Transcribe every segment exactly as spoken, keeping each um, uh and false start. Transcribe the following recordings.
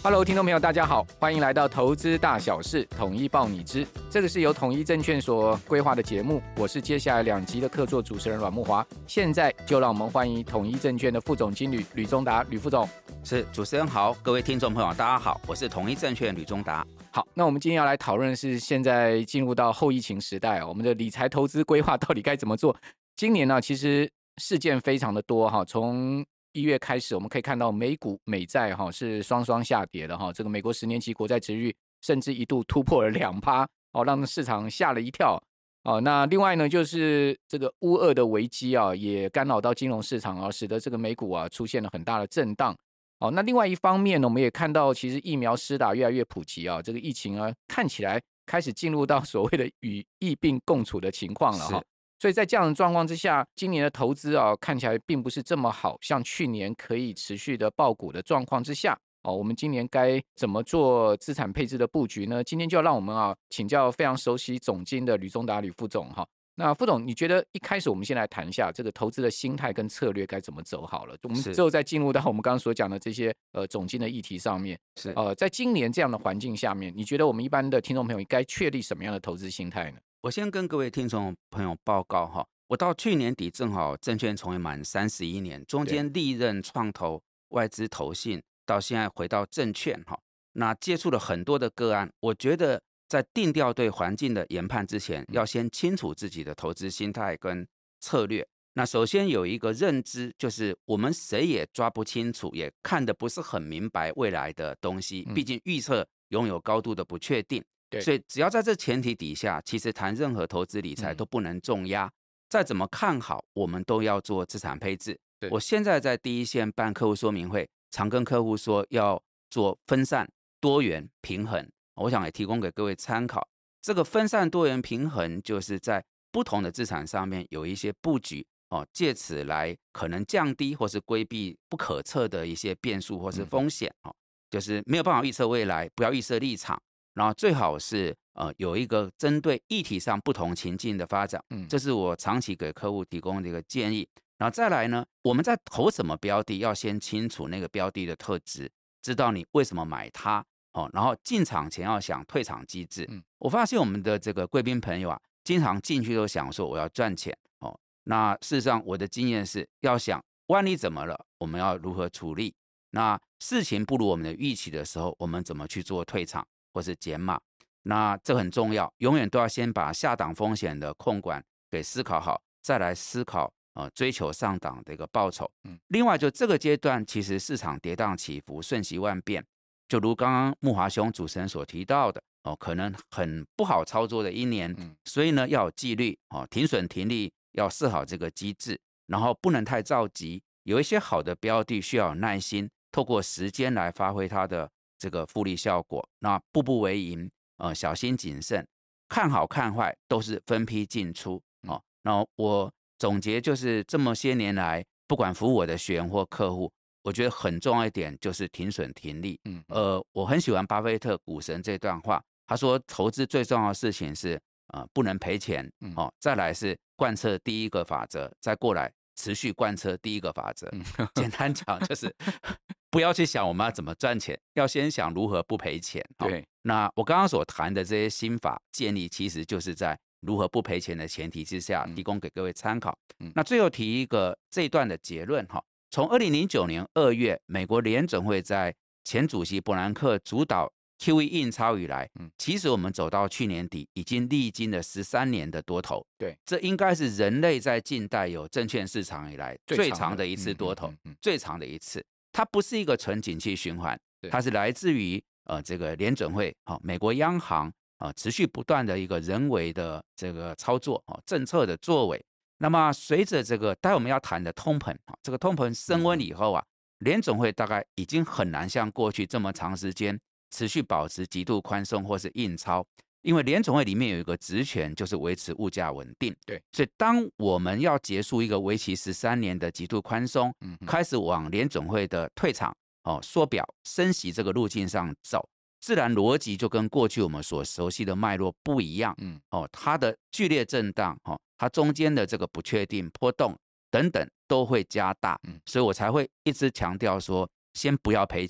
Hello， 听众朋友，大家好，欢迎来到投资大小事，统一报你知。这个是由统一证券所规划的节目，我是接下来两集的客座主持人阮慕骅。现在就让我们欢迎统一证券的副总经理吕宗达，吕副总。 是，主持人好，各位听众朋友，大家好，我是统一证券吕宗达。 好，那我们今天要来讨论的是现在进入到后疫情时代，我们的理财投资规划到底该怎么做？今年呢，其实事件非常的多哈，从一月开始，我们可以看到美股、美债哈是双双下跌的哈，这个美国十年期国债殖利率甚至一度突破了两趴，哦，让市场吓了一跳。哦，那另外呢，就是这个乌俄的危机啊，也干扰到金融市场啊，使得这个美股啊出现了很大的震荡。哦，那另外一方面呢，我们也看到，其实疫苗施打越来越普及啊，这个疫情啊看起来开始进入到所谓的与疫病共处的情况了哈。所以在这样的状况之下，今年的投资啊看起来并不是这么好，像去年可以持续的抱股的状况之下，哦，我们今年该怎么做资产配置的布局呢？今天就要让我们啊请教非常熟悉总经的吕宗达吕副总哈。那副总，你觉得一开始我们先来谈一下这个投资的心态跟策略该怎么走好了？我们之后再进入到我们刚刚所讲的这些呃总经的议题上面。 是呃，在今年这样的环境下面，你觉得我们一般的听众朋友该确立什么样的投资心态呢？ 我先跟各位听众朋友报告哈，我到去年底正好证券从业满三十一年，中间历任创投、外资投信，到现在回到证券哈，那接触了很多的个案，我觉得在定调对环境的研判之前，要先清楚自己的投资心态跟策略。那首先有一个认知，就是我们谁也抓不清楚，也看得不是很明白未来的东西，毕竟预测拥有高度的不确定。所以只要在这前提底下，其实谈任何投资理财都不能重压。嗯、再怎么看好，我们都要做资产配置。我现在在第一线办客户说明会，常跟客户说要做分散、多元、平衡。我想也提供给各位参考。这个分散、多元、平衡，就是在不同的资产上面有一些布局哦，借此来可能降低或是规避不可测的一些变数或是风险哦，就是没有办法预测未来，不要预设立场。然后最好是呃有一个针对议题上不同情境的发展，嗯，这是我长期给客户提供的一个建议。然后再来呢，我们在投什么标的，要先清楚那个标的的特质，知道你为什么买它哦。然后进场前要想退场机制。嗯，我发现我们的这个贵宾朋友啊，经常进去都想说我要赚钱哦。那事实上我的经验是要想万一怎么了，我们要如何处理？那事情不如我们的预期的时候，我们怎么去做退场？或是减码，那这很重要，永远都要先把下档风险的控管给思考好，再来思考呃追求上档的一个报酬。嗯，另外就这个阶段，其实市场跌宕起伏，瞬息万变，就如刚刚慕骅兄主持人所提到的哦，可能很不好操作的一年，嗯、所以呢要有纪律哦，停损停利要设好这个机制，然后不能太着急，有一些好的标的需要有耐心，透过时间来发挥它的这个复利效果，那步步为营，呃，小心谨慎，看好看坏都是分批进出哦。那我总结就是这么些年来，不管服务我的学员或客户，我觉得很重要一点就是停损停利。嗯，呃，我很喜欢巴菲特股神这段话，他说投资最重要的事情是呃不能赔钱哦，再来是贯彻第一个法则，再过来持续贯彻第一个法则。简单讲就是不要去想我们要怎么赚钱，要先想如何不赔钱。 对， 那我刚刚所谈的这些心法建议，其实就是在如何不赔钱的前提之下，提供给各位参考。嗯、那最后提一个这一段的结论哈，从二零零九年二月，美国联准会在前主席伯南克主导 Q E 印钞以来，嗯、其实我们走到去年底，已经历经了十三年的多头。 对， 这应该是人类在近代有证券市场以来最长的一次多头，嗯嗯嗯、最长的一次。它不是一个纯景气循环，它是来自于呃这个联准会、哦、美国央行啊、呃、持续不断的一个人为的这个操作、哦、政策的作为。那么随着这个待会我们要谈的通膨、哦、这个通膨升温以后啊，联准会大概已经很难像过去这么长时间持续保持极度宽松或是印钞，因为联准会里面有一个职权，就是维持物价稳定。 对， 所以当我们要结束一个为期十三年的极度宽松，嗯、开始往联准会的退场、哦、缩表、升息这个路径上走，自然逻辑就跟过去我们所熟悉的脉络不一样。嗯哦、它的剧烈震荡、哦、它中间的这个不确定波动等等都会加大。嗯、所以我才会一直强调说，先不要赔钱，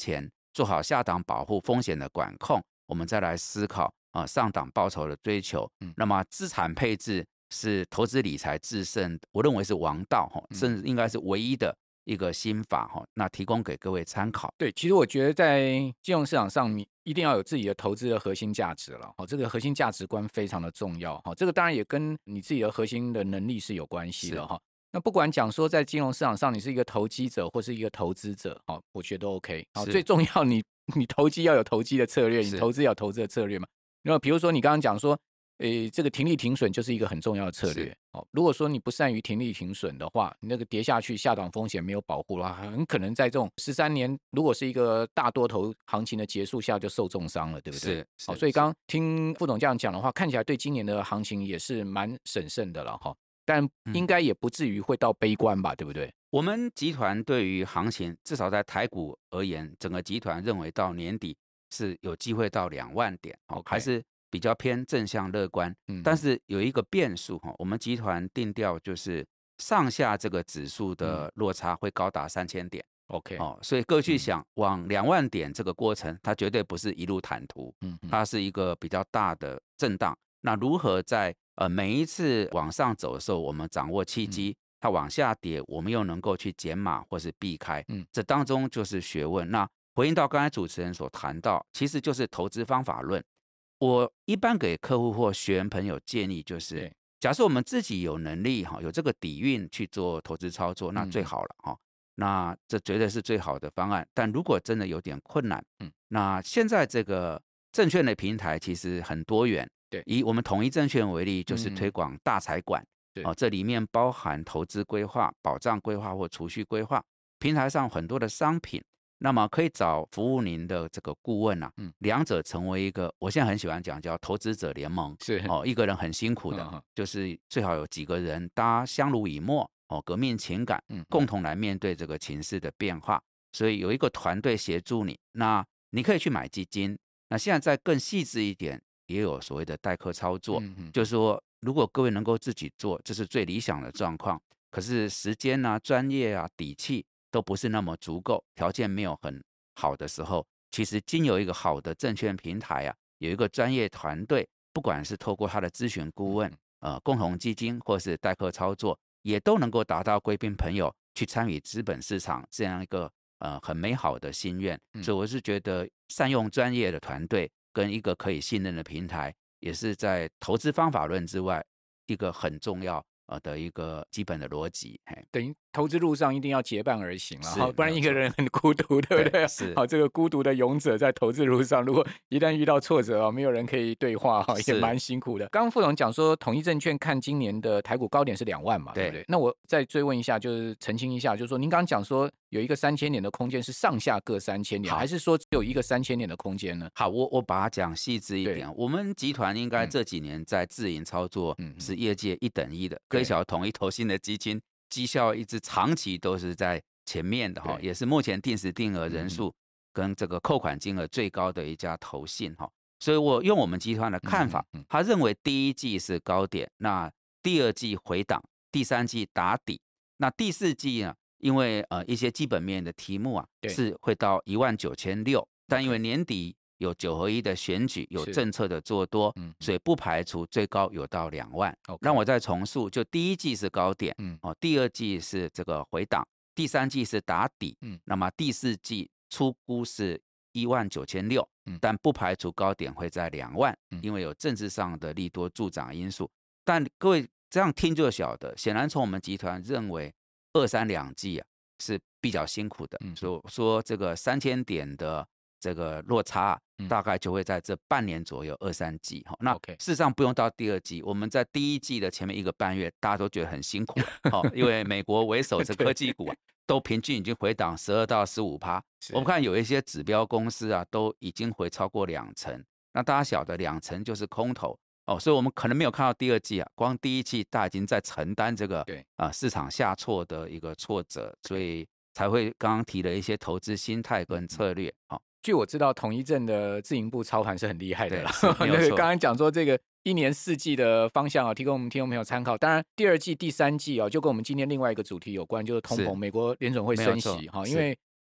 做好下档保护风险的管控，我们再来思考啊、呃、上档报酬的追求。嗯、那么资产配置是投资理财制胜，我认为是王道哈，甚至应该是唯一的一个心法哈。那提供给各位参考。 对，其实我觉得在金融市场上，你一定要有自己的投资的核心价值了。哦，这个核心价值观非常的重要。哈，这个当然也跟你自己的核心的能力是有关系的哈。那不管讲说在金融市场上，你是一个投机者或是一个投资者，哦，我觉得都 OK。好，最重要你你投机要有投机的策略，你投资要有投资的策略嘛。那比如说你刚刚讲说。诶，这个停利停损就是一个很重要的策略。哦，如果说你不善于停利停损的话，你那个跌下去下档风险没有保护的话，很可能在这种十三年，如果是一个大多头行情的结束下就受重伤了，对不对？ 是。 好、哦，所以刚刚听副总这样讲的话，看起来对今年的行情也是蛮审慎的了哈。但应该也不至于会到悲观吧，嗯、对不对？ 我们集团对于行情，至少在台股而言，整个集团认为到年底是有机会到两万点，哦， okay. 还是比较偏正向乐观。嗯，但是有一个变数哈，我们集团定调就是上下这个指数的落差会高达三千点。 OK， 哦，所以各位去想，嗯、往两万点这个过程，它绝对不是一路坦途，嗯，它是一个比较大的震荡。那如何在呃每一次往上走的时候，我们掌握契机？嗯，它往下跌，我们又能够去减码或是避开，嗯，这当中就是学问。那回应到刚才主持人所谈到，其实就是投资方法论。我一般给客户或学员朋友建议就是，假设我们自己有能力哈，有这个底蕴去做投资操作，那最好了哈。嗯，那这绝对是最好的方案。但如果真的有点困难，嗯，那现在这个证券的平台其实很多元。 对， 以我们统一证券为例，就是推广大财管。嗯，哦，这里面包含投资规划、保障规划或储蓄规划，平台上很多的商品，那么可以找服务您的这个顾问啊，嗯，两者成为一个，我现在很喜欢讲叫投资者联盟， 是哦， 一个人很辛苦的，嗯，就是最好有几个人大家相濡以沫，哦，革命情感，嗯，共同来面对这个情势的变化，所以有一个团队协助你，那你可以去买基金，那现在再更细致一点，也有所谓的代客操作，嗯，就是说。如果各位能够自己做，这是最理想的状况。可是时间啊、专业啊、底气都不是那么足够，条件没有很好的时候，其实经由一个好的证券平台啊，有一个专业团队，不管是透过他的咨询顾问、呃共同基金或是代客操作，也都能够达到贵宾朋友去参与资本市场这样一个呃很美好的心愿。所以我是觉得善用专业的团队跟一个可以信任的平台。也是在投资方法论之外一个很重要的一个基本的逻辑， 等于投资路上一定要结伴而行了，不然一个人很孤独，对不对？ 是， 好，这个孤独的勇者在投资路上，如果一旦遇到挫折，没有人可以对话，也蛮辛苦的。刚刚副总讲说，统一证券看今年的台股高点是两万嘛，对不对？那我再追问一下，就是澄清一下，就是说您刚刚讲说有一个三千点的空间是上下各三千点，还是说只有一个三千点的空间呢？ 好，我我把它讲细致一点。我们集团应该这几年在自营操作是业界一等一的，各小统一投信的基金绩效一直长期都是在前面的哈，也是目前定时定额人数跟这个扣款金额最高的一家投信哈。所以我用我们集团的看法，他认为第一季是高点，那第二季回档，第三季打底，那第四季呢？因为呃一些基本面的题目啊是会到一万九千六，但因为年底有九合一的选举，有政策的做多，所以不排除最高有到两万。让我再重述，就第一季是高点，嗯，哦，第二季是这个回档，第三季是打底，嗯，那么第四季初估是一万九千六，但不排除高点会在两万，因为有政治上的利多助长因素。但各位这样听就晓得，显然从我们集团认为。二三两季啊是比较辛苦的，嗯，所以说这个三千点的这个落差、啊嗯、大概就会在这半年左右，二三季哈。那事实上不用到第二季，我们在第一季的前面一个半月，大家都觉得很辛苦哦，因为美国为首这科技股啊，都平均已经回档十二到十五趴。我们看有一些指标公司啊，都已经回超过两成。那大家晓得两成就是空头。哦，所以我们可能没有看到第二季啊，光第一季大家已经在承担这个对啊、呃、市场下挫的一个挫折，所以才会刚刚提了一些投资心态跟策略。哦， 据我知道，统一证的自营部操盘是很厉害的啦。那个刚刚讲说这个一年四季的方向啊，提供我们听众朋友参考。当然，第二季、第三季啊，就跟我们今天另外一个主题有关，就是通膨，美国联准会升息哈，因为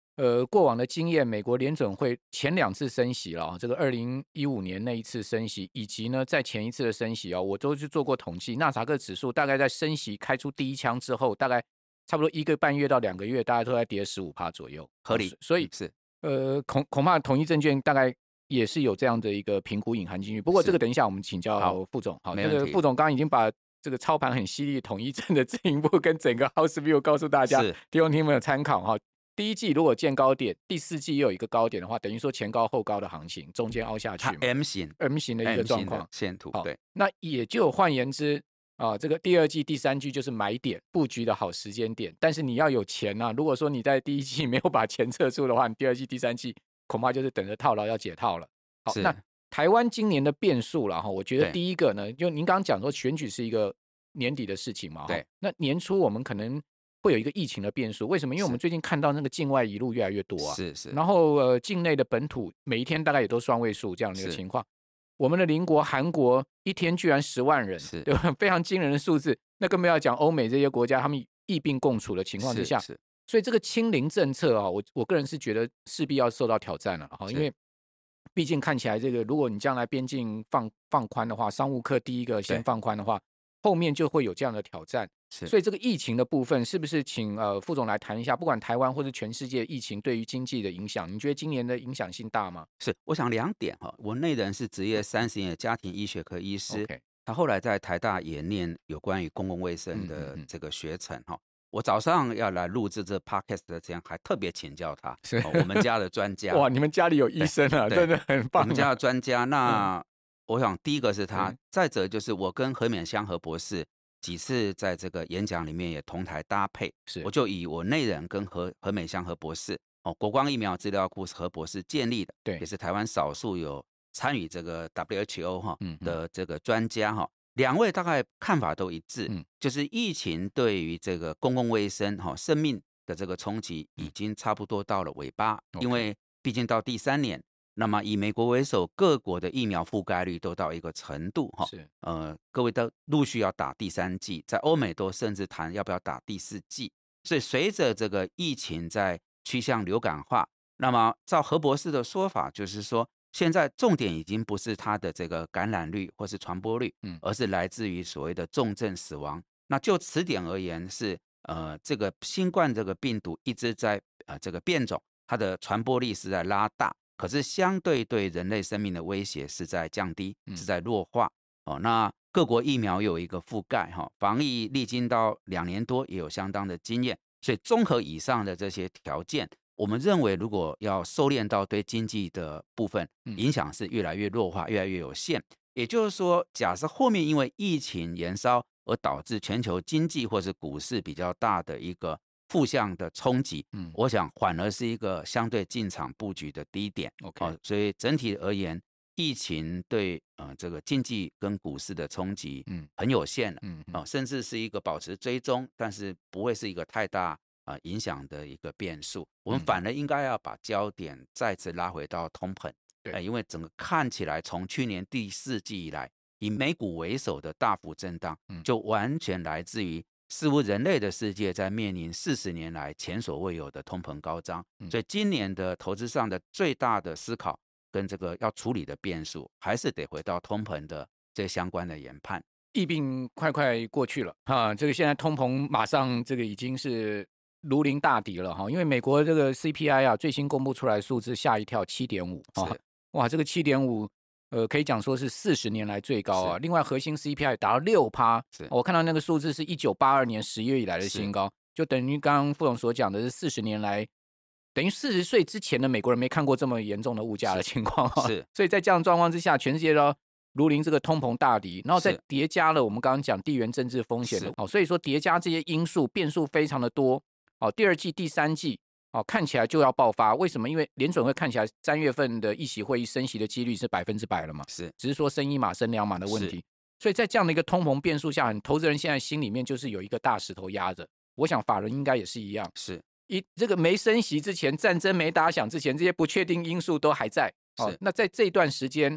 呃，过往的经验，美国联准会前两次升息了，这个二零一五年那一次升息，以及呢在前一次的升息啊，我都去做过统计，纳斯达克指数大概在升息开出第一枪之后，大概差不多一个半月到两个月，大概都在跌十五趴左右， 合理。 所以是呃恐恐怕统一证券大概也是有这样的一个评估隐含进去。不过这个等一下我们请教副总，好，这个副总刚刚已经把这个操盘很犀利统一证的这一步跟整个 House View 告诉大家，提供听众们参考哈。第一季如果见高点，第四季又有一个高点的话，等于说前高后高的行情，中间凹下去嘛 ，M 型 M 型的一个状况线图。对， 那也就换言之啊，这个第二季、第三季就是买点布局的好时间点。但是你要有钱啊，如果说你在第一季没有把钱撤出的话，你第二季、第三季恐怕就是等着套牢要解套了。好，那台湾今年的变数了哈，我觉得第一个呢，就您刚刚讲说选举是一个年底的事情嘛， 对， 那年初我们可能会有一个疫情的变数，为什么？因为我们最近看到那个境外移入越来越多啊， 是是， 然后呃，境内的本土每一天大概也都双位数这样的一个情况。我们的邻国韩国一天居然十万人，对吧？非常惊人的数字。那更不要讲欧美这些国家，他们疫病共处的情况之下，所以这个清零政策啊，我我个人是觉得势必要受到挑战了哈，因为毕竟看起来这个，如果你将来边境放放宽的话，商务客第一个先放宽的话，后面就会有这样的挑战。所以这个疫情的部分，是不是请呃副总来谈一下？不管台湾或者全世界疫情对于经济的影响，你觉得今年的影响性大吗？ 是，我想两点哈。我内人是职业三十年的家庭医学科医师， okay. 他后来在台大也念有关于公共卫生的这个学程哈。嗯嗯嗯，我早上要来录制这 podcast 的前，还特别请教他，是、哦、我们家的专家。 哇，你们家里有医生啊，真的很棒、啊。 我们家的专家，那、嗯、我想第一个是他，嗯、再者就是我跟何勉香何博士几次在这个演讲里面也同台搭配，是我就以我内人跟何何美香何博士哦，国光疫苗资料库是何博士建立的，对，也是台湾少数有参与这个 W H O 哈的这个专家哈，两位大概看法都一致，嗯，就是疫情对于这个公共卫生哈生命的这个冲击已经差不多到了尾巴，嗯、因为毕竟到第三年。那么以美国为首，各国的疫苗覆盖率都到一个程度哈，是呃，各位都陆续要打第三剂，在欧美都甚至谈要不要打第四剂。所以随着这个疫情在趋向流感化，那么照何博士的说法，就是说现在重点已经不是它的这个感染率或是传播率，嗯，而是来自于所谓的重症死亡。那就此点而言是，呃，这个新冠这个病毒一直在呃这个变种，它的传播力是在拉大。可是相对对人类生命的威胁是在降低，是在弱化、嗯哦、那各国疫苗有一个覆盖、哦、防疫历经到两年多也有相当的经验，所以综合以上的这些条件，我们认为如果要收敛到对经济的部分，影响是越来越弱化，越来越有限。也就是说，假设后面因为疫情延烧而导致全球经济或是股市比较大的一个负向的冲击，嗯，我想反而是一个相对进场布局的低点。OK，、哦、所以整体而言，疫情对呃这个经济跟股市的冲击，嗯，很有限了，嗯，哦，甚至是一个保持追踪，但是不会是一个太大啊、呃、影响的一个变数。我们反而应该要把焦点再次拉回到通膨，对、呃，因为整个看起来从去年第四季以来，以美股为首的大幅震荡，嗯，就完全来自于。似乎人类的世界在面临四十年来前所未有的通膨高涨，所以今年的投资上的最大的思考跟这个要处理的变数，还是得回到通膨的这相关的研判。 疫病快快过去了哈，这个现在通膨马上这个已经是如临大敌了哈，因为美国这个 C P I 啊最新公布出来的数字吓一跳，七点五啊，哇，这个七点五。呃，可以讲说是四十年来最高啊。另外，核心 C P I 达到六趴，我看到那个数字是一九八二年十月以来的新高，就等于刚刚副总所讲的是四十年来，等于四十岁之前的美国人没看过这么严重的物价的情况啊。是，所以在这样的状况之下，全世界都如临这个通膨大敌，然后再叠加了我们刚刚讲地缘政治风险的哦，所以说叠加这些因素变数非常的多哦。第二季、第三季。哦，看起来就要爆发，为什么？因为联准会看起来三月份的议息会议升息的几率是百分之百了嘛，是，只是说升一码、升两码的问题。所以在这样的一个通膨变数下，投资人现在心里面就是有一个大石头压着。我想法人应该也是一样，是一这个没升息之前，战争没打响之前，这些不确定因素都还在。哦，那在这段时间，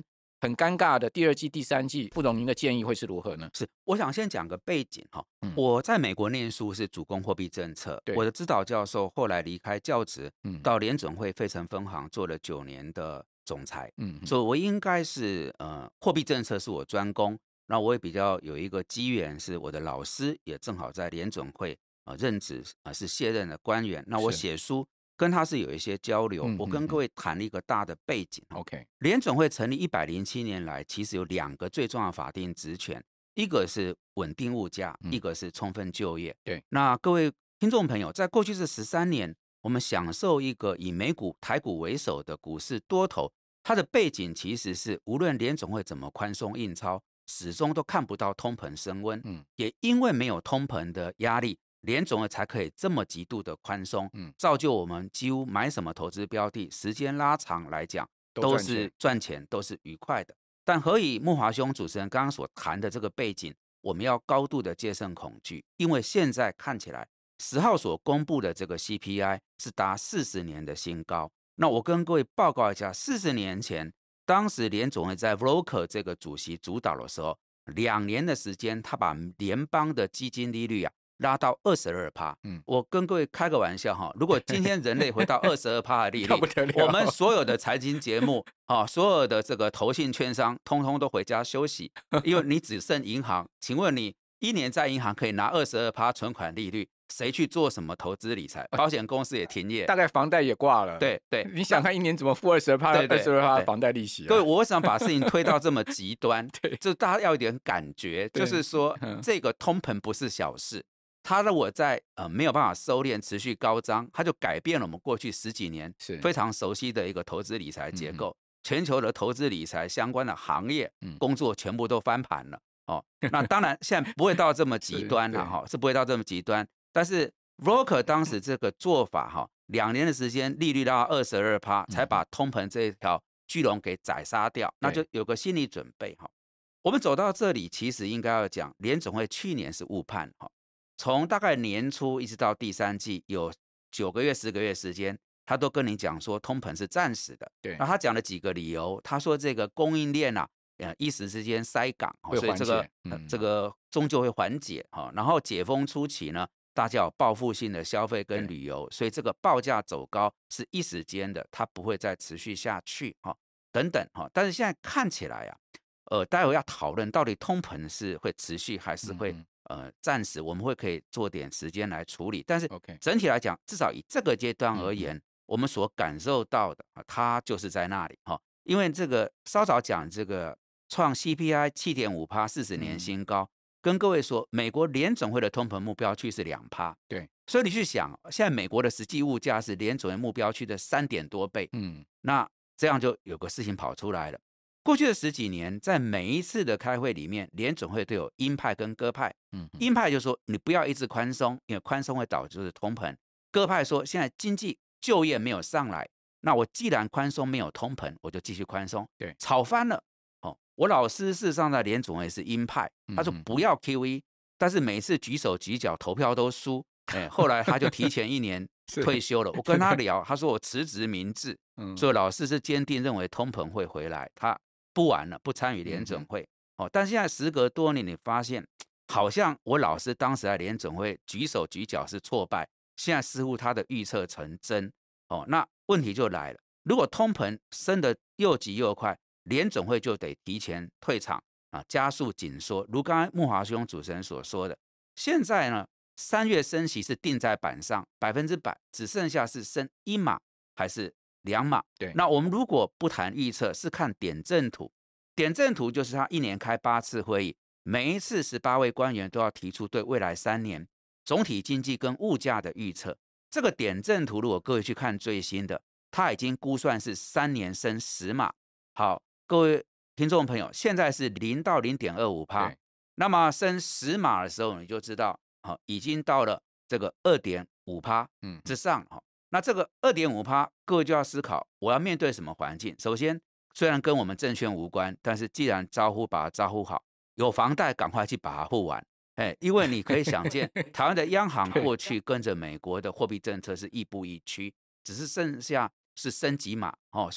很尴尬的第二季、第三季，副总您的建议会是如何呢？ 是，我想先讲个背景哈。 嗯我在美国念书是主攻货币政策， 对我的指导教授后来离开教职， 嗯到联准会费城分行做了九年的总裁， 嗯嗯所以我应该是呃货币政策是我专攻。那我也比较有一个机缘，是我的老师也正好在联准会呃任职呃是卸任的官员，那我是写书跟他是有一些交流。 嗯嗯我跟各位谈了一个大的背景。 ，OK， 联准会成立一百零七年来，其实有两个最重要的法定职权，一个是稳定物价， 嗯一个是充分就业。 对， 那各位听众朋友，在过去这十三年，我们享受一个以美股、台股为首的股市多头，它的背景其实是无论联总会怎么宽松印钞，始终都看不到通膨升温。 嗯也因为没有通膨的压力，联总会才可以这么极度的宽松， 嗯造就我们几乎买什么投资标的，时间拉长来讲，都都赚钱是赚钱，都是愉快的。但何以木华兄主持人刚刚所谈的这个背景，我们要高度的戒慎恐惧，因为现在看起来十号所公布的这个 C P I 是达四十年的新高。那我跟各位报告一下，四十年前，当时联总会在 Volcker 这个主席主导的时候，两年的时间，他把联邦的基金利率啊拉到二十二趴。 嗯我跟各位开个玩笑哈，如果今天人类回到二十二趴的利率那不得了我们所有的财经节目啊，所有的这个投信券商，通通都回家休息，因为你只剩银行。请问你一年在银行可以拿二十二趴存款利率，谁去做什么投资理财？保险公司也停业， 大概房贷也挂了。 对对。 你想看一年怎么付二十二趴、 对对二十二趴对房贷利息、啊？ 各位，我为什么把事情推到这么极端？ 对就大家要有点感觉， 对就是说嗯这个通膨不是小事，它如果在呃没有办法收敛、持续高涨，它就改变了我们过去十几年是非常熟悉的一个投资理财结嗯构。全球的投资理财相关的行业嗯工作全部都翻盘了哦。那当然现在不会到这么极端了是对哈，是不会到这么极端。但是 Volcker 当时这个做法哈，两年的时间利率拉到二十二趴，才把通膨这一条巨龙给宰杀掉，那就有个心理准备哈。我们走到这里，其实应该要讲，联总会去年是误判哈，从大概年初一直到第三季，有九个月、十个月时间，他都跟你讲说通膨是暂时的。 对那他讲了几个理由，他说这个供应链啊，呃，一时之间塞港， 会缓所以这个、 解嗯呃这个终究会缓解哈。然后解封初期呢，大家有报复性的消费跟旅游，所以这个报价走高是一时间的，它不会再持续下去哈，等等哈。但是现在看起来啊，呃，待会要讨论到底通膨是会持续还是会、 嗯呃暂时，我们会可以做点时间来处理。但是 OK 整体来讲，至少以这个阶段而嗯言，我们所感受到的啊，它就是在那里哈。因为这个稍早讲这个创 C P I 七点五趴，四十年嗯新高。跟各位说，美国联总会的通膨目标区是两趴， 对， 所以你去想，现在美国的实际物价是联总会目标区的三点多倍， 嗯那这样就有个事情跑出来了。过去的十几年，在每一次的开会里面，联总会都有鹰派跟鸽派。 嗯鹰派就说你不要一直宽松，因为宽松会导致通膨。鸽派说现在经济就业没有上来，那我既然宽松没有通膨，我就继续宽松。 对， 吵翻了。哦，我老师事实上在联总会是鹰派，他说嗯嗯不要 Q E，但是每次举手举脚投票都输。哎，后来他就提前一年是退休了。我跟他聊，他说我辞职明志， 嗯所以老师是坚定认为通膨会回来，他不玩了，不参与联总会。哦，但现在时隔多年，你发现好像我老师当时在联总会举手举脚是挫败，现在似乎他的预测成真。哦，那问题就来了，如果通膨升得又急又快，联总会就得提前退场啊，加速紧缩。如刚才木华兄主持人所说的，现在呢，三月升息是定在板上，百分之百，只剩下是升一码还是两码。 对， 那我们如果不谈预测，是看点阵图。点阵图就是他一年开八次会议，每一次十八位官员都要提出对未来三年总体经济跟物价的预测。这个点阵图，如果各位去看最新的，它已经估算是三年升十码。好，各位听众朋友，现在是零到零点二五趴，那么升十码的时候，你就知道，好，已经到了这个二点五趴之上。好，那这个二点五趴，各位就要思考，我要面对什么环境？首先，虽然跟我们证券无关，但是既然招呼，把它招呼好，有房贷赶快去把它付完。哎，因为你可以想见，台湾的央行过去跟着美国的货币政策是亦步亦趋，只是剩下是升级码哦，所以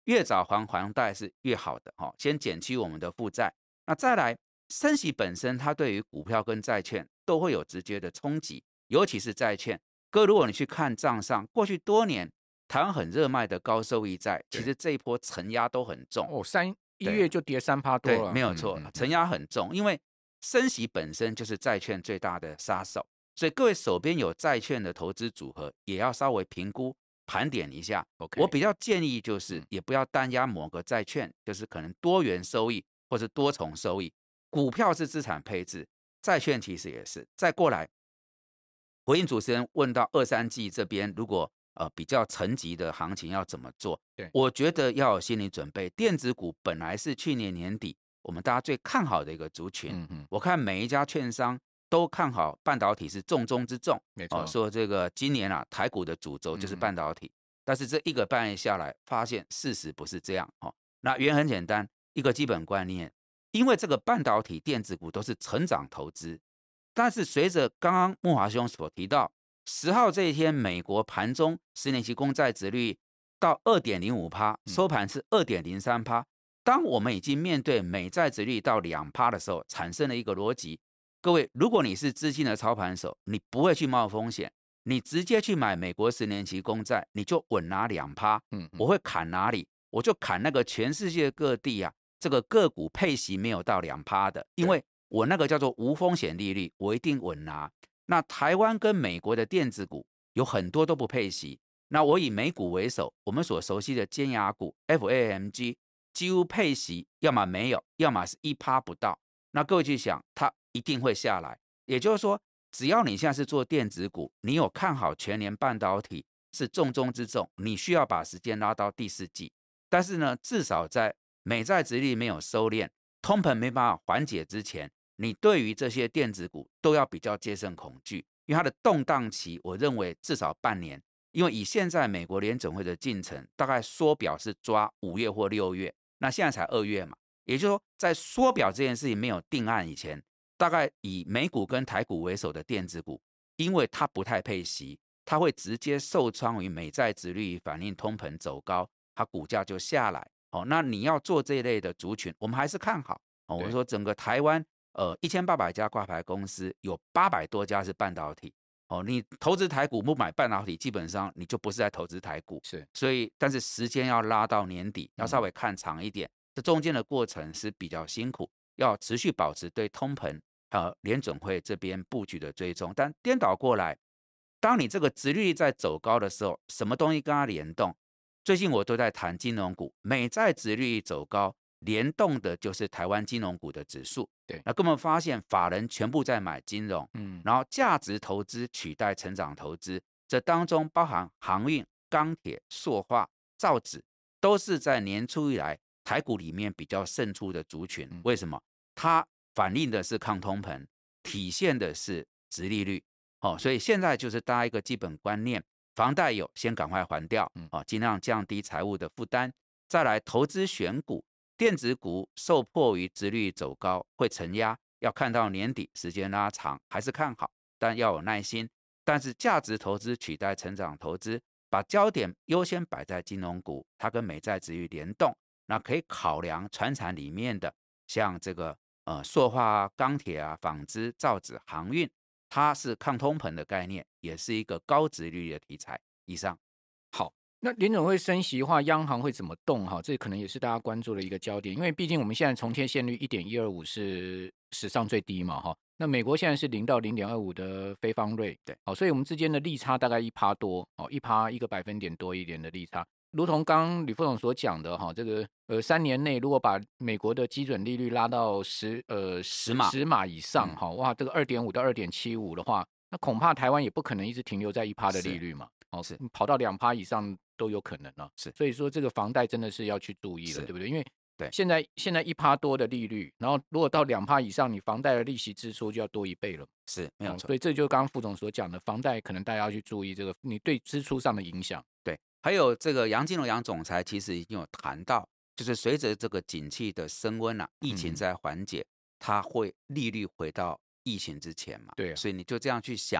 越早还房贷是越好的哈，先减去我们的负债。那再来，升息本身它对于股票跟债券都会有直接的冲击，尤其是债券。哥，如果你去看账上，过去多年台湾很热卖的高收益债，其实这一波承压都很重哦，三一月就跌三趴多对， 了， 没有错， 嗯嗯承压很重，因为升息本身就是债券最大的杀手，所以各位手边有债券的投资组合，也要稍微评估盘点一下。 OK 我比较建议就是嗯， 也不要单压某个债券，就是可能多元收益或是多重收益。股票是资产配置，债券其实也是。再过来回应主持人问到二三季这边，如果呃比较沉寂的行情要怎么做？ 对， 我觉得要有心理准备。电子股本来是去年年底我们大家最看好的一个族群， 嗯嗯， 我看每一家券商都看好半导体是重中之重， 没错， 哦，说这个今年啊台股的主轴就是嗯半导体。但是这一个半月下来，发现事实不是这样哦。那原因很简单，一个基本观念，因为这个半导体电子股都是成长投资，但是随着刚刚木华兄所提到，十号这一天，美国盘中十年期公债殖率到 二点零五趴，收盘是 二点零三趴。当我们已经面对美债殖率到 两趴 的时候，产生了一个逻辑。各位，如果你是资金的操盘手，你不会去冒风险，你直接去买美国十年期公债，你就稳拿 两趴。 嗯嗯我会砍哪里？我就砍那个全世界各地啊，这个个股配息没有到 两趴 的，因为我那个叫做无风险利率，我一定稳拿。那台湾跟美国的电子股有很多都不配息，那我以美股为首，我们所熟悉的尖牙股 F A M G 几乎配息，要么没有，要么是 百分之一 不到。那各位去想，它一定会下来。也就是说，只要你现在是做电子股，你有看好全年半导体是重中之重，你需要把时间拉到第四季。但是呢，至少在美债殖利率没有收敛，通膨没办法缓解之前，你对于这些电子股都要比较戒慎恐惧，因为它的动荡期，我认为至少半年。因为以现在美国联准会的进程，大概缩表是抓五月或六月，那现在才二月嘛，也就是说，在缩表这件事情没有定案以前，大概以美股跟台股为首的电子股，因为它不太配息，它会直接受创于美债殖率反映通膨走高，它股价就下来。哦，那你要做这一类的族群，我们还是看好。哦，我说整个台湾呃一千八百家挂牌公司，有八百多家是半导体。哦，你投资台股不买半导体，基本上你就不是在投资台股。 是， 所以但是时间要拉到年底，要稍微看长一点，这中间的过程是比较辛苦，要持续保持对通膨和联准会这边布局的追踪。但颠倒过来，当你这个殖利率在走高的时候，什么东西跟它联动？最近我都在谈金融股，美债殖利率走高，联动的就是台湾金融股的指数。 对， 那根本发现法人全部在买金融， 嗯， 然后价值投资取代成长投资，这当中包含航运、钢铁、塑化、造纸，都是在年初以来台股里面比较胜出的族群。 嗯为什么？它反映的是抗通膨，体现的是殖利率。哦，所以现在就是大家一个基本观念，房贷有先赶快还掉，哦，尽量降低财务的负担。再来投资选股，电子股受迫于殖利率走高会承压，要看到年底时间拉长还是看好，但要有耐心。但是价值投资取代成长投资，把焦点优先摆在金融股，它跟美债殖利率联动，那可以考量传产里面的像这个呃塑化、钢铁啊、纺织、造纸、航运。它是抗通膨的概念，也是一个高殖利率的题材。以上， 好，那联准会升息的话，央行会怎么动？哈，这可能也是大家关注的一个焦点，因为毕竟我们现在重贴现率 一点一二五 是史上最低嘛，哈。那美国现在是零到零点二五的非方瑞， 对， 好，所以我们之间的利差大概一趴多，哦，一趴一个百分点多一点的利差。如同刚刚吕副总所讲的哈，这个呃三年内如果把美国的基准利率拉到十呃十码十码以上哈、嗯，哇，这个二点五到二点七五的话，那恐怕台湾也不可能一直停留在一趴的利率嘛，哦，是跑到两趴以上都有可能了。 是， 所以说这个房贷真的是要去注意了，对不对？因为对现在现在一趴多的利率，然后如果到两趴以上，你房贷的利息支出就要多一倍了。 是没有错、哦， 所以这就是刚刚副总所讲的，房贷可能大家要去注意这个你对支出上的影响。 对。还有这个杨金龙杨总裁其实已经有谈到，就是随着这个景气的升温啊，疫情在缓解，它会利率回到疫情之前嘛？ 对、啊， 所以你就这样去想，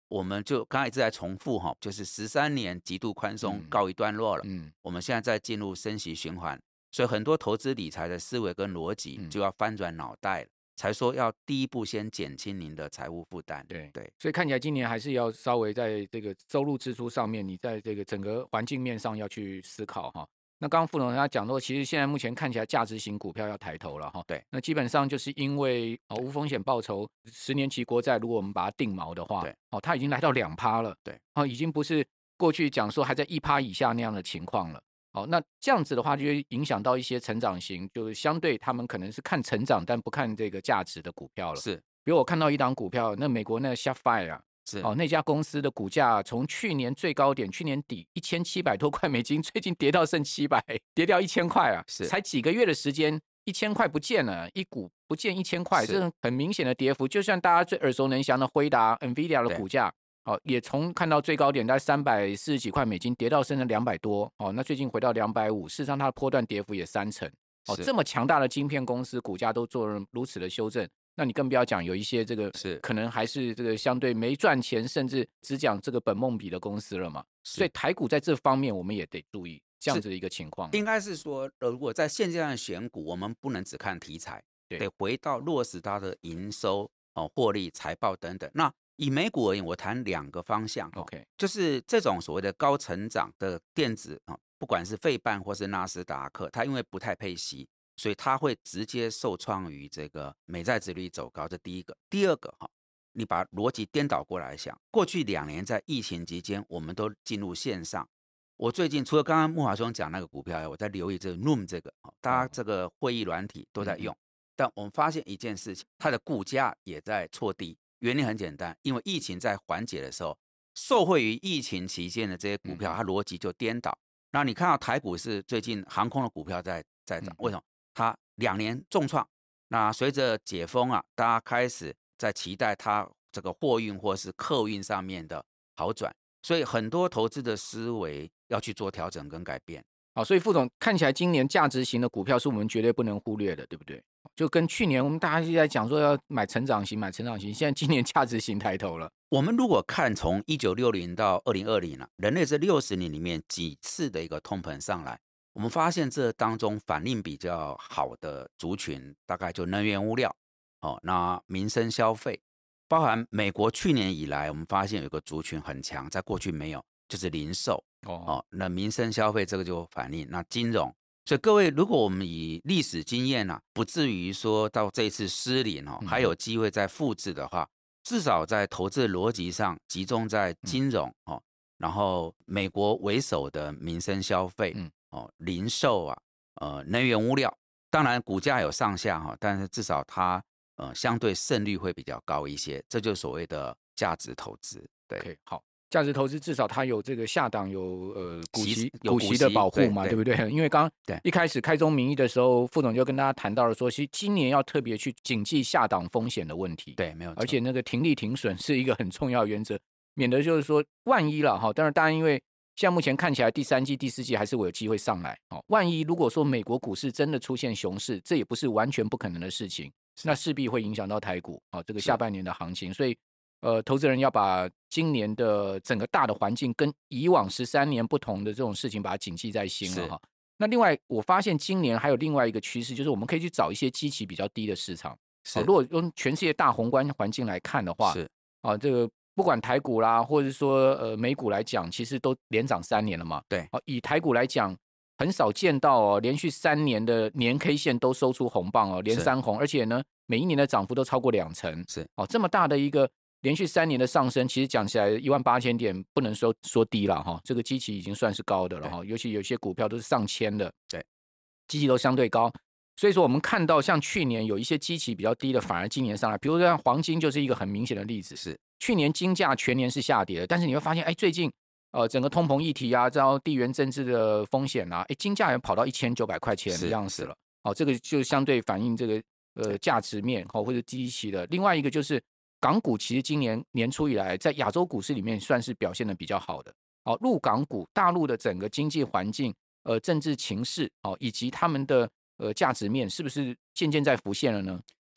我们就刚才一直在重复哈，就是十三年极度宽松告一段落了，嗯嗯、我们现在在进入升息循环，所以很多投资理财的思维跟逻辑就要翻转脑袋了。嗯才说要第一步先减轻您的财务负担。 对对，所以看起来今年还是要稍微在这个收入支出上面，你在这个整个环境面上要去思考哈。那刚刚副总他讲说，其实现在目前看起来价值型股票要抬头了哈。 对， 那基本上就是因为哦无风险报酬十年期国债，如果我们把它定锚的话， 对， 哦它已经来到两趴了， 对， 哦已经不是过去讲说还在一趴以下那样的情况了。好，那这样子的话，就会影响到一些成长型，就是相对他们可能是看成长，但不看这个价值的股票了。 是， 比如我看到一档股票，那美国那个 Shopify 啊， 是哦，那家公司的股价从去年最高点，去年底一千七百多块美金，最近跌到剩七百，跌掉一千块啊， 是才几个月的时间，一千块不见了，一股不见一千块，这是很明显的跌幅。就像大家最耳熟能详的辉达 Nvidia 的股价。哦，也从看到最高点在三百四十几块美金，跌到剩下两百多，哦，那最近回到两百五，事实上它的波段跌幅也三成，哦，这么强大的晶片公司股价都做了如此的修正，那你更不要讲有一些这个是可能还是这个相对没赚钱，甚至只讲这个本梦比的公司了嘛，所以台股在这方面我们也得注意这样子的一个情况。 应该是说，如果在现阶段选股，我们不能只看题材，得回到落实它的营收、哦获利、财报等等。那以美股而言，我谈两个方向 ，OK， 就是这种所谓的高成长的电子啊，不管是费半或是纳斯达克，它因为不太配息，所以它会直接受创于这个美债殖利率走高，这第一个。第二个哈，你把逻辑颠倒过来想，过去两年在疫情期间，我们都进入线上。我最近除了刚刚慕骅兄讲那个股票，我在留意这个 Zoom 这个，大家这个会议软体都在用，嗯、但我们发现一件事情，它的股价也在挫低。原因很简单，因为疫情在缓解的时候，受惠于疫情期间的这些股票，它逻辑就颠倒。那你看到台股是最近航空的股票在在涨，为什么？它两年重创。那随着解封啊，大家开始在期待它这个货运或是客运上面的好转，所以很多投资的思维要去做调整跟改变。 好，所以副总看起来今年价值型的股票是我们绝对不能忽略的，对不对？就跟去年我们大家一直在讲说要买成长型，买成长型，现在今年价值型抬头了。 我们如果看从一九六零到二零二零啊，人类这六十年里面几次的一个通膨上来，我们发现这当中反应比较好的族群，大概就能源物料，哦，那民生消费，包含美国去年以来，我们发现有个族群很强，在过去没有，就是零售。哦，那民生消费这个就反映，那金融，所以各位，如果我们以历史经验啊，不至于说到这一次失灵哦，还有机会再复制的话，至少在投资逻辑上集中在金融哦，然后美国为首的民生消费哦，零售啊，呃，能源物料，当然股价有上下哈，但是至少它呃相对胜率会比较高一些，这就是所谓的价值投资。对， okay, 好。价值投资至少它有这个下档有呃股息股息的保护嘛， 对, 对不对？因为刚刚一开始开宗明义的时候，副总就跟大家谈到了说，其实今年要特别去谨记下档风险的问题。 对，没有错。 而且那个停利停损是一个很重要的原则，免得就是说万一了哈。当然，当然因为现在目前看起来第三季、第四季还是会有机会上来哦。万一如果说美国股市真的出现熊市，这也不是完全不可能的事情，那势必会影响到台股啊这个下半年的行情，所以。呃，投资人要把今年的整个大的环境跟以往十三年不同的这种事情，把它谨记在心了哈。那另外，我发现今年还有另外一个趋势，就是我们可以去找一些基期比较低的市场。 是， 如果用全世界大宏观环境来看的话， 是啊，这个不管台股啦，或者说呃美股来讲，其实都连涨三年了嘛。 对， 啊，以台股来讲，很少见到哦，连续三年的年 K 线都收出红棒哦，连三红，而且呢，每一年的涨幅都超过两成。 是， 哦，这么大的一个。连续三年的上升，其实讲起来一万八千点不能说说低了哈，这个基期已经算是高的了哈，尤其有些股票都是上千的， 对， 基期都相对高，所以说我们看到像去年有一些基期比较低的，反而今年上来，比如说像黄金就是一个很明显的例子， 是去年金价全年是下跌的，但是你会发现，哎，最近呃整个通膨议题啊，这样地缘政治的风险啊，哎，金价也跑到一千九百块钱这样子了，哦，这个就相对反映这个呃价值面哦或者基期的，另外一个就是。港股其实今年年初以来，在亚洲股市里面算是表现的比较好的。哦，陆港股大陆的整个经济环境、呃政治情势，哦以及他们的呃价值面，是不是渐渐在浮现了呢？ 是，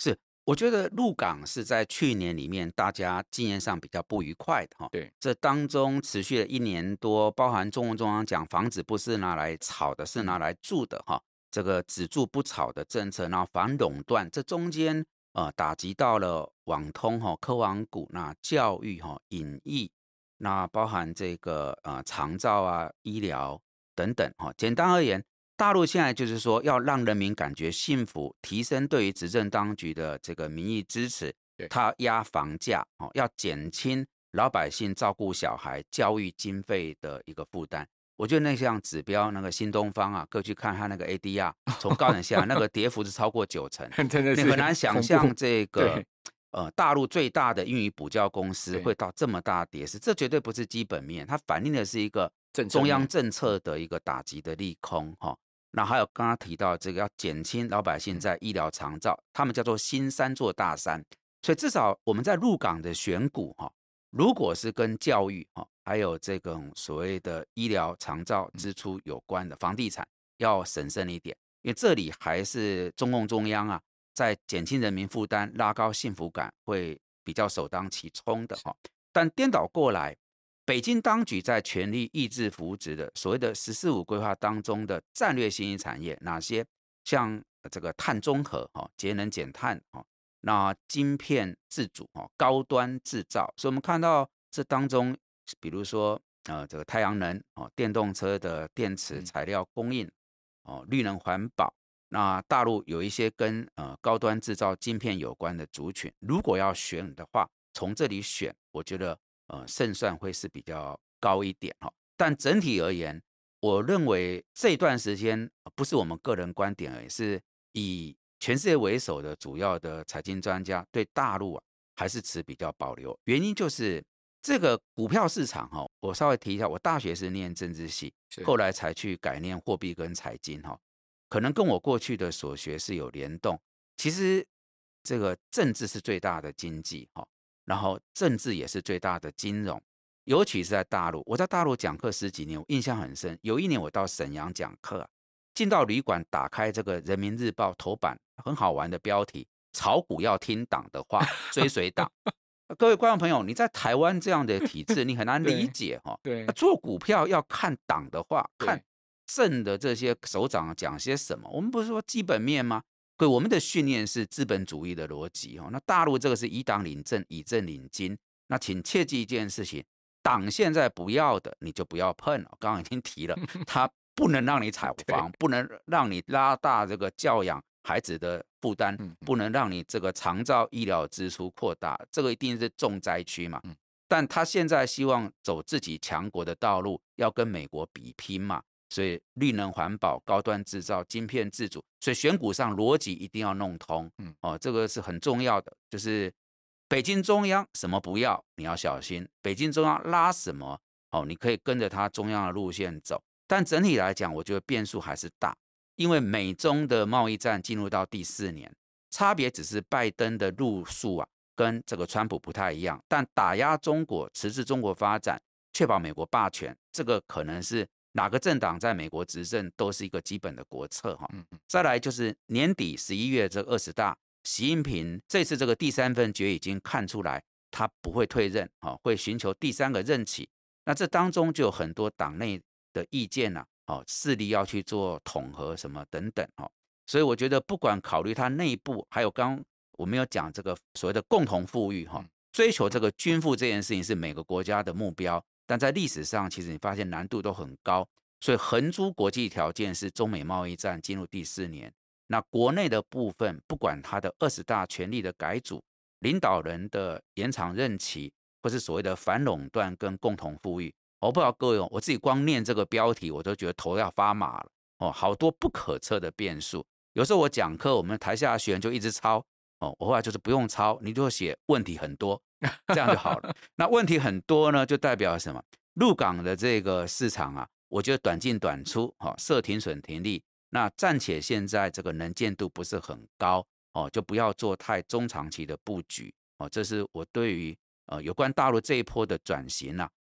我觉得入港是在去年里面大家经验上比较不愉快的哈。 对， 这当中持续了一年多，包含中共中央讲房子不是拿来炒的，是拿来住的哈。这个只住不炒的政策，然后反垄断，这中间呃打击到了网通哈、科网股、那教育哈、影艺，那包含这个呃长照啊、医疗等等哈。简单而言，大陆现在就是说要让人民感觉幸福，提升对于执政当局的这个民意支持， 对， 他压房价哦，要减轻老百姓照顾小孩、教育经费的一个负担。我觉得那项指标，那个新东方啊，各位去看它那个 A D R， 从高点下来，那个跌幅是超过九成， 真的是你很难想象这个对呃大陆最大的英语补教公司对会到这么大跌势，这绝对不是基本面，它反映的是一个政策面中央政策的一个打击的利空哈。那还有刚刚提到这个要减轻老百姓在医疗长照，他们叫做新三座大山，所以至少我们在入港的选股哈，如果是跟教育哈，还有这种所谓的医疗长照支出有关的房地产，要审慎一点，因为这里还是中共中央啊，在减轻人民负担、拉高幸福感会比较首当其冲的哈。但颠倒过来，北京当局在全力抑制扶植的所谓的“十四五”规划当中的战略新兴产业，哪些？像这个碳中和、哈节能减碳、哈那晶片自主、哈高端制造，所以我们看到这当中，比如说呃这个太阳能、哦电动车的电池材料供应、哦绿能环保，那大陆有一些跟呃高端制造晶片有关的族群，如果要选的话，从这里选，我觉得。呃，胜算会是比较高一点哈，但整体而言，我认为这段时间不是我们个人观点而已，是以全世界为首的主要的财经专家对大陆啊还是持比较保留。原因就是这个股票市场哈，我稍微提一下，我大学是念政治系，后来才去改念货币跟财经哈，可能跟我过去的所学是有联动。其实这个政治是最大的经济哈。然后政治也是最大的金融，尤其是在大陆。我在大陆讲课十几年，我印象很深。有一年我到沈阳讲课、啊，进到旅馆，打开这个人民日报头版，很好玩的标题：炒股要听党的话，追随党。各位观众朋友，你在台湾这样的体制，你很难理解哈、哦。 对， 做股票要看党的话，看正的这些首长讲些什么。我们不是说基本面吗？对，我们的训练是资本主义的逻辑哈，那大陆这个是以党领政，以政领经。那请切记一件事情，党现在不要的你就不要碰了。刚刚已经提了，它不能让你炒房，不能让你拉大这个教养孩子的负担，不能让你这个长照医疗支出扩大，这个一定是重灾区嘛。但他现在希望走自己强国的道路，要跟美国比拼嘛。所以绿能环保、高端制造、晶片自主，所以选股上逻辑一定要弄通，嗯，哦，这个是很重要的。就是北京中央什么不要，你要小心；北京中央拉什么，哦，你可以跟着他中央的路线走。但整体来讲，我觉得变数还是大，因为美中的贸易战进入到第四年，差别只是拜登的路数啊，跟这个川普不太一样。但打压中国、迟滞中国发展、确保美国霸权，这个可能是。哪个政党在美国执政都是一个基本的国策哈。再来就是年底十一月这二十大，习近平这次这个第三份决已经看出来，他不会退任哈，会寻求第三个任期。那这当中就有很多党内的意见呐、啊，哦，势力要去做统合什么等等哈。所以我觉得不管考虑他内部，还有刚我们有讲这个所谓的共同富裕哈，追求这个均富这件事情是每个国家的目标。但在历史上，其实你发现难度都很高，所以横珠国际条件是中美贸易战进入第四年。那国内的部分，不管它的二十大权力的改组、领导人的延长任期，或是所谓的反垄断跟共同富裕，我不知道各位，我自己光念这个标题，我都觉得头要发麻了哦，好多不可测的变数。有时候我讲课，我们台下的学员就一直抄哦，我后来就是不用抄，你就写问题很多。这样就好了。那问题很多呢，就代表什么？入港的这个市场啊，我觉得短进短出，哈、哦，设停损停利。那暂且现在这个能见度不是很高，哦，就不要做太中长期的布局，哦，这是我对于呃有关大陆这一波的转型啊，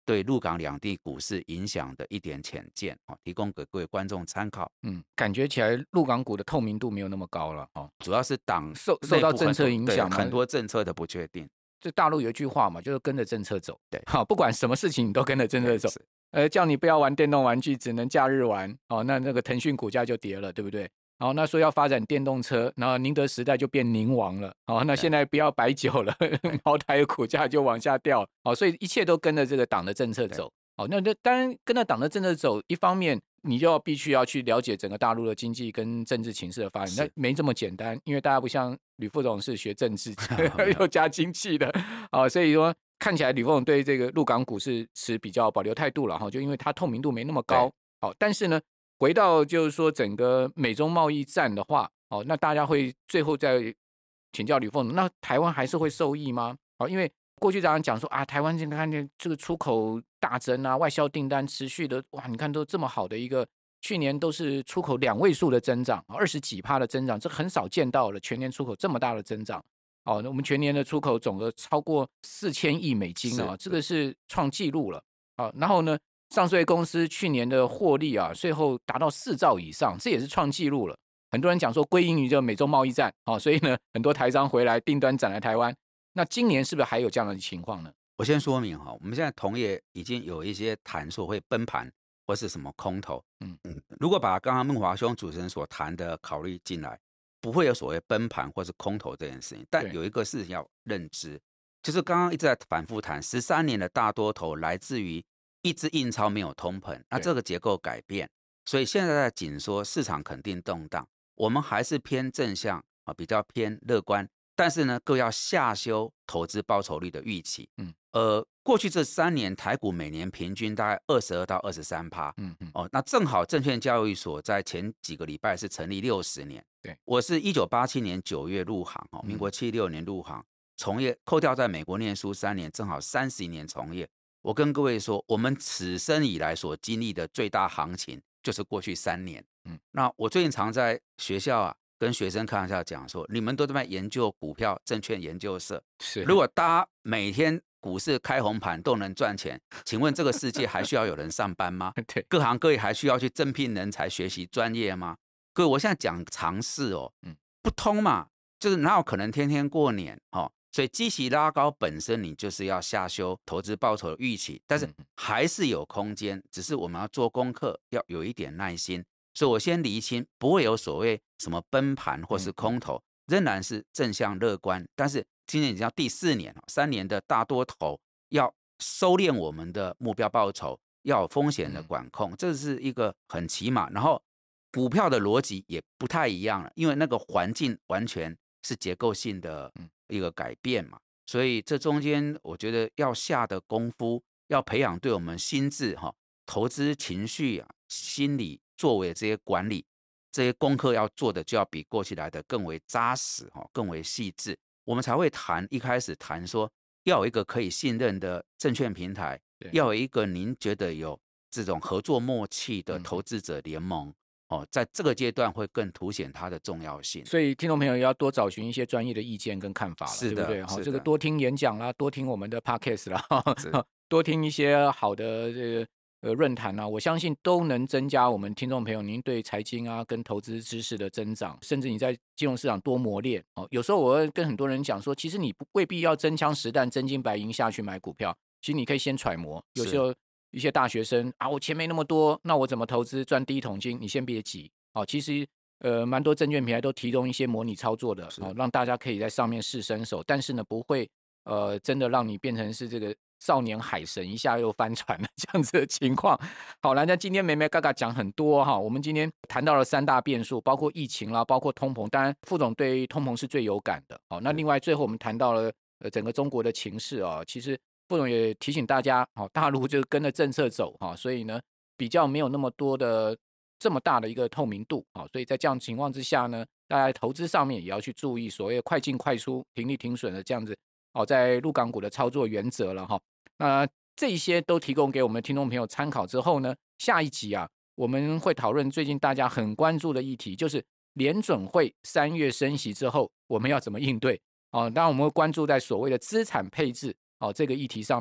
对陆港两地股市影响的一点浅见，提供给各位观众参考。 嗯，感觉起来陆港股的透明度没有那么高了，哦， 主要是党受受到政策影响嘛， 很多政策的不确定。 这大陆有一句话嘛，就是跟着政策走。 对， 好，不管什么事情你都跟着政策走。呃，叫你不要玩电动玩具，只能假日玩。哦，那那个腾讯股价就跌了，对不对？好，那说要发展电动车，然后宁德时代就变宁王了。好，那现在不要白酒了，茅台的股价就往下掉。好，所以一切都跟着这个党的政策走。好，那那当然跟着党的政策走，一方面你就要必须要去了解整个大陆的经济跟政治情势的发展，那没这么简单，因为大家不像吕副总是学政治又加经济的，啊，所以说看起来吕副总对这个陆港股是持比较保留态度了哈，就因为它透明度没那么高。好，但是呢，回到就是说整个美中贸易战的话，哦，那大家会最后再请教吕副总，那台湾还是会受益吗？好，因为过去常常讲说啊，台湾现在看见这个出口大增啊，外销订单持续的哇，你看都这么好的一个，去年都是出口两位数的增长，二十几趴的增长，这很少见到了全年出口这么大的增长。哦，那我们全年的出口总额超过四千亿美金啊，这个是创纪录了。啊，然后呢，上市公司去年的获利啊，税后达到四兆以上，这也是创纪录了。很多人讲说归因于这美洲贸易战，哦，所以呢，很多台商回来订单转来台湾。那今年是不是还有这样的情况呢？ 我先说明哈，我们现在同业已经有一些谈说会崩盘或是什么空头，嗯嗯，如果把刚刚孟华兄主持人所谈的考虑进来，不会有所谓崩盘或是空头这件事情。但有一个事情要认知，就是刚刚一直在反复谈，十三年的大多头来自于一直印钞没有通膨，那这个结构改变，所以现在在紧缩，市场肯定动荡，我们还是偏正向啊，比较偏乐观。但是呢，各要下修投资报酬率的预期。嗯，呃，过去这三年台股每年平均大概二十二到二十三趴。嗯嗯，哦，那正好证券交易所在前几个礼拜是成立六十年。 对， 我是一九八七年九月入行，哦，民国七六年入行，从业扣掉在美国念书三年，正好三十年从业。我跟各位说，我们此生以来所经历的最大行情就是过去三年。嗯，那我最近常在学校啊。跟学生开玩笑讲说，你们都在研究股票证券研究社， 是如果大家每天股市开红盘都能赚钱，请问这个世界还需要有人上班吗？ 对， 各行各业还需要去增聘人才学习专业吗？各位，我现在讲常识哦，嗯，不通嘛，就是哪有可能天天过年哦？所以基期拉高本身你就是要下修投资报酬的预期，但是还是有空间，只是我们要做功课，要有一点耐心。所以我先厘清，不会有所谓什么崩盘或是空头，仍然是正向乐观。但是今年已经到第四年了，三年的大多头要收敛我们的目标报酬，要有风险的管控，这是一个很起码。然后股票的逻辑也不太一样了，因为那个环境完全是结构性的一个改变嘛。所以这中间我觉得要下的功夫，要培养对我们心智哈、投资情绪啊、心理作为这些管理，这些功课要做的就要比过去来的更为扎实，更为细致，我们才会谈一开始谈说要有一个可以信任的证券平台，要有一个您觉得有这种合作默契的投资者联盟。嗯哦，在这个阶段会更凸显它的重要性， 所以听众朋友要多找寻一些专业的意见跟看法了， 是的， 对不对？ 好， 这个多听演讲啦，多听我们的 podcast 啦，多听一些好的这个呃论坛啊，我相信都能增加我们听众朋友您对财经啊跟投资知识的增长，甚至你在金融市场多磨练。哦，有时候我会跟很多人讲说，其实你不未必要真枪实弹、真金白银下去买股票，其实你可以先揣摩，有时候。一些大学生啊，我钱没那么多，那我怎么投资赚第一桶金？你先别急哦。其实呃，蛮多证券平台都提供一些模拟操作的哦，让大家可以在上面试身手，但是呢，不会呃真的让你变成是这个少年海神一下又翻船了这样子的情况。好了，那今天眉眉嘎嘎讲很多哈，我们今天谈到了三大变数，包括疫情啦，包括通膨。当然，副总对通膨是最有感的。好，那另外最后我们谈到了呃整个中国的情势啊，其实。副总也提醒大家，大陆就跟着政策走，所以呢，比较没有那么多的这么大的一个透明度，所以在这样的情况之下呢，大家投资上面也要去注意所谓快进快出、停利停损的这样子，在陆港股的操作原则了哈。那这些都提供给我们听众朋友参考之后呢，下一集啊，我们会讨论最近大家很关注的议题，就是联准会三月升息之后，我们要怎么应对？哦，当然我们会关注在所谓的资产配置。哦，这个议题上面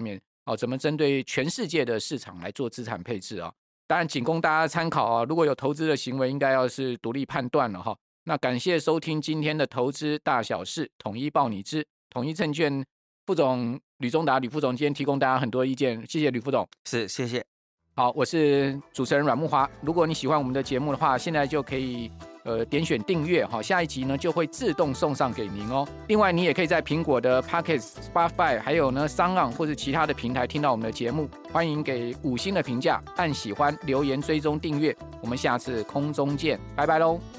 哦，怎么针对全世界的市场来做资产配置啊？当然仅供大家参考啊，如果有投资的行为，应该要是独立判断了哈。那感谢收听今天的投资大小事，统一报你知，统一证券副总吕宗达吕副总今天提供大家很多意见，谢谢吕副总。 是，谢谢。 好，我是主持人阮慕骅。如果你喜欢我们的节目的话，现在就可以呃点选订阅，好，下一集呢就会自动送上给您哦。另外，你也可以在苹果的 Podcast、Spotify 还有呢 SoundOn 或是其他的平台听到我们的节目。欢迎给五星的评价，按喜欢、留言、追踪、订阅。我们下次空中见，拜拜喽。